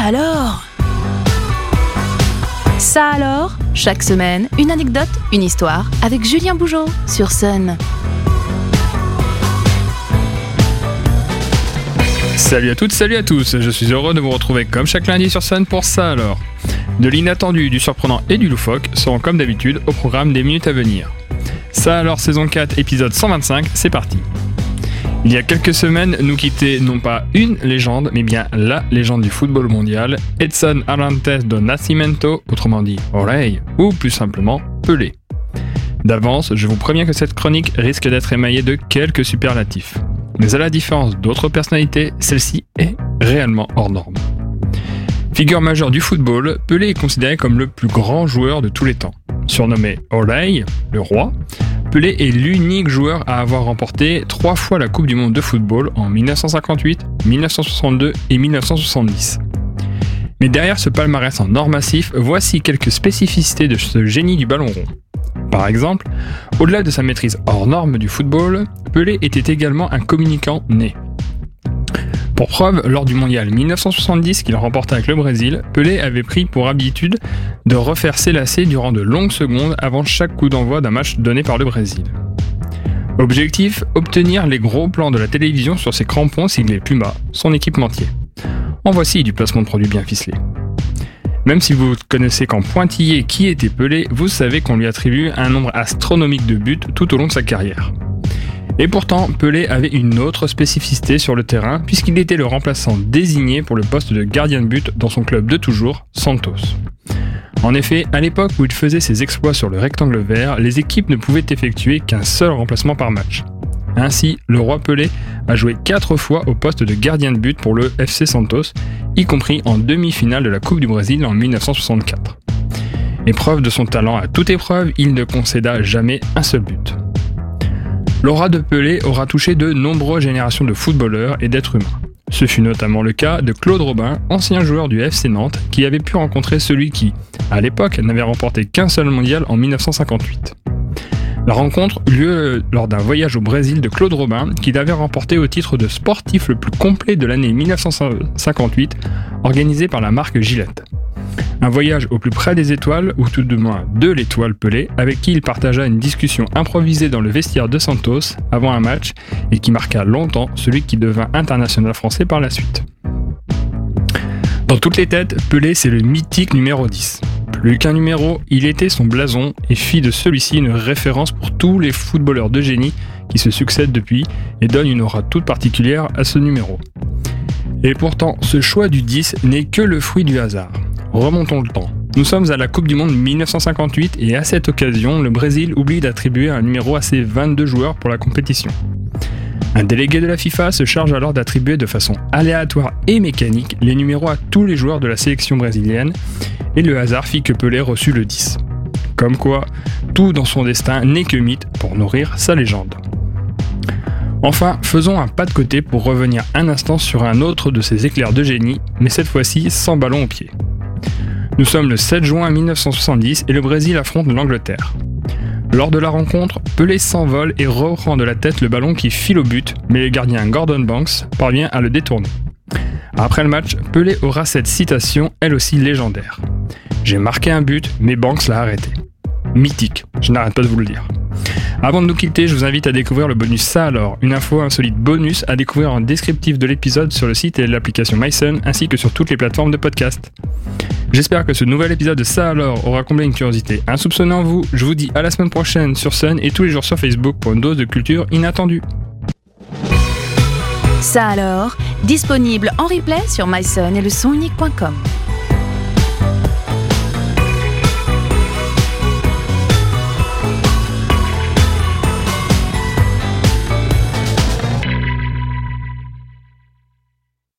alors ? Ça alors ? Chaque semaine, une anecdote, une histoire avec Julien Bougeaud sur Sun. Salut à toutes, salut à tous, je suis heureux de vous retrouver comme chaque lundi sur Sun pour Ça alors. De l'inattendu, du surprenant et du loufoque seront comme d'habitude au programme des minutes à venir. Ça alors saison 4 épisode 125, c'est parti. Il y a quelques semaines, nous quittait non pas une légende, mais bien la légende du football mondial, Edson Arantes do Nascimento, autrement dit Oreille, ou plus simplement Pelé. D'avance, je vous préviens que cette chronique risque d'être émaillée de quelques superlatifs. Mais à la différence d'autres personnalités, celle-ci est réellement hors norme. Figure majeure du football, Pelé est considéré comme le plus grand joueur de tous les temps. Surnommé Oreille, le roi, Pelé est l'unique joueur à avoir remporté 3 fois la Coupe du Monde de football en 1958, 1962 et 1970. Mais derrière ce palmarès en or massif, voici quelques spécificités de ce génie du ballon rond. Par exemple, au-delà de sa maîtrise hors norme du football, Pelé était également un communicant né. Pour preuve, lors du mondial 1970 qu'il remporta avec le Brésil, Pelé avait pris pour habitude de refaire ses lacets durant de longues secondes avant chaque coup d'envoi d'un match donné par le Brésil. Objectif, obtenir les gros plans de la télévision sur ses crampons siglés Puma, son équipementier. En voici du placement de produit bien ficelé. Même si vous connaissez qu'en pointillé qui était Pelé, vous savez qu'on lui attribue un nombre astronomique de buts tout au long de sa carrière. Et pourtant, Pelé avait une autre spécificité sur le terrain, puisqu'il était le remplaçant désigné pour le poste de gardien de but dans son club de toujours, Santos. En effet, à l'époque où il faisait ses exploits sur le rectangle vert, les équipes ne pouvaient effectuer qu'un seul remplacement par match. Ainsi, le roi Pelé a joué 4 fois au poste de gardien de but pour le FC Santos, y compris en demi-finale de la Coupe du Brésil en 1964. Et preuve de son talent à toute épreuve, il ne concéda jamais un seul but. L'aura de Pelé aura touché de nombreuses générations de footballeurs et d'êtres humains. Ce fut notamment le cas de Claude Robin, ancien joueur du FC Nantes, qui avait pu rencontrer celui qui, à l'époque, n'avait remporté qu'un seul mondial en 1958. La rencontre eut lieu lors d'un voyage au Brésil de Claude Robin, qu'il avait remporté au titre de sportif le plus complet de l'année 1958, organisé par la marque Gillette. Un voyage au plus près des étoiles, ou tout de moins de l'étoile Pelé, avec qui il partagea une discussion improvisée dans le vestiaire de Santos avant un match et qui marqua longtemps celui qui devint international français par la suite. Dans toutes les têtes, Pelé c'est le mythique numéro 10. Plus qu'un numéro, il était son blason et fit de celui-ci une référence pour tous les footballeurs de génie qui se succèdent depuis et donnent une aura toute particulière à ce numéro. Et pourtant, ce choix du 10 n'est que le fruit du hasard. Remontons le temps. Nous sommes à la Coupe du Monde 1958 et à cette occasion, le Brésil oublie d'attribuer un numéro à ses 22 joueurs pour la compétition. Un délégué de la FIFA se charge alors d'attribuer de façon aléatoire et mécanique les numéros à tous les joueurs de la sélection brésilienne et le hasard fit que Pelé reçut le 10. Comme quoi, tout dans son destin n'est que mythe pour nourrir sa légende. Enfin, faisons un pas de côté pour revenir un instant sur un autre de ces éclairs de génie, mais cette fois-ci sans ballon au pied. Nous sommes le 7 juin 1970 et le Brésil affronte l'Angleterre. Lors de la rencontre, Pelé s'envole et reprend de la tête le ballon qui file au but, mais le gardien Gordon Banks parvient à le détourner. Après le match, Pelé aura cette citation, elle aussi légendaire. « J'ai marqué un but, mais Banks l'a arrêté. » Mythique, je n'arrête pas de vous le dire. Avant de nous quitter, je vous invite à découvrir le bonus Ça alors, une info insolite bonus à découvrir en descriptif de l'épisode sur le site et l'application MySun, ainsi que sur toutes les plateformes de podcast. J'espère que ce nouvel épisode de Ça alors aura comblé une curiosité insoupçonnée en vous. Je vous dis à la semaine prochaine sur Sun et tous les jours sur Facebook pour une dose de culture inattendue. Ça alors, disponible en replay sur mysun et le sonunique.com.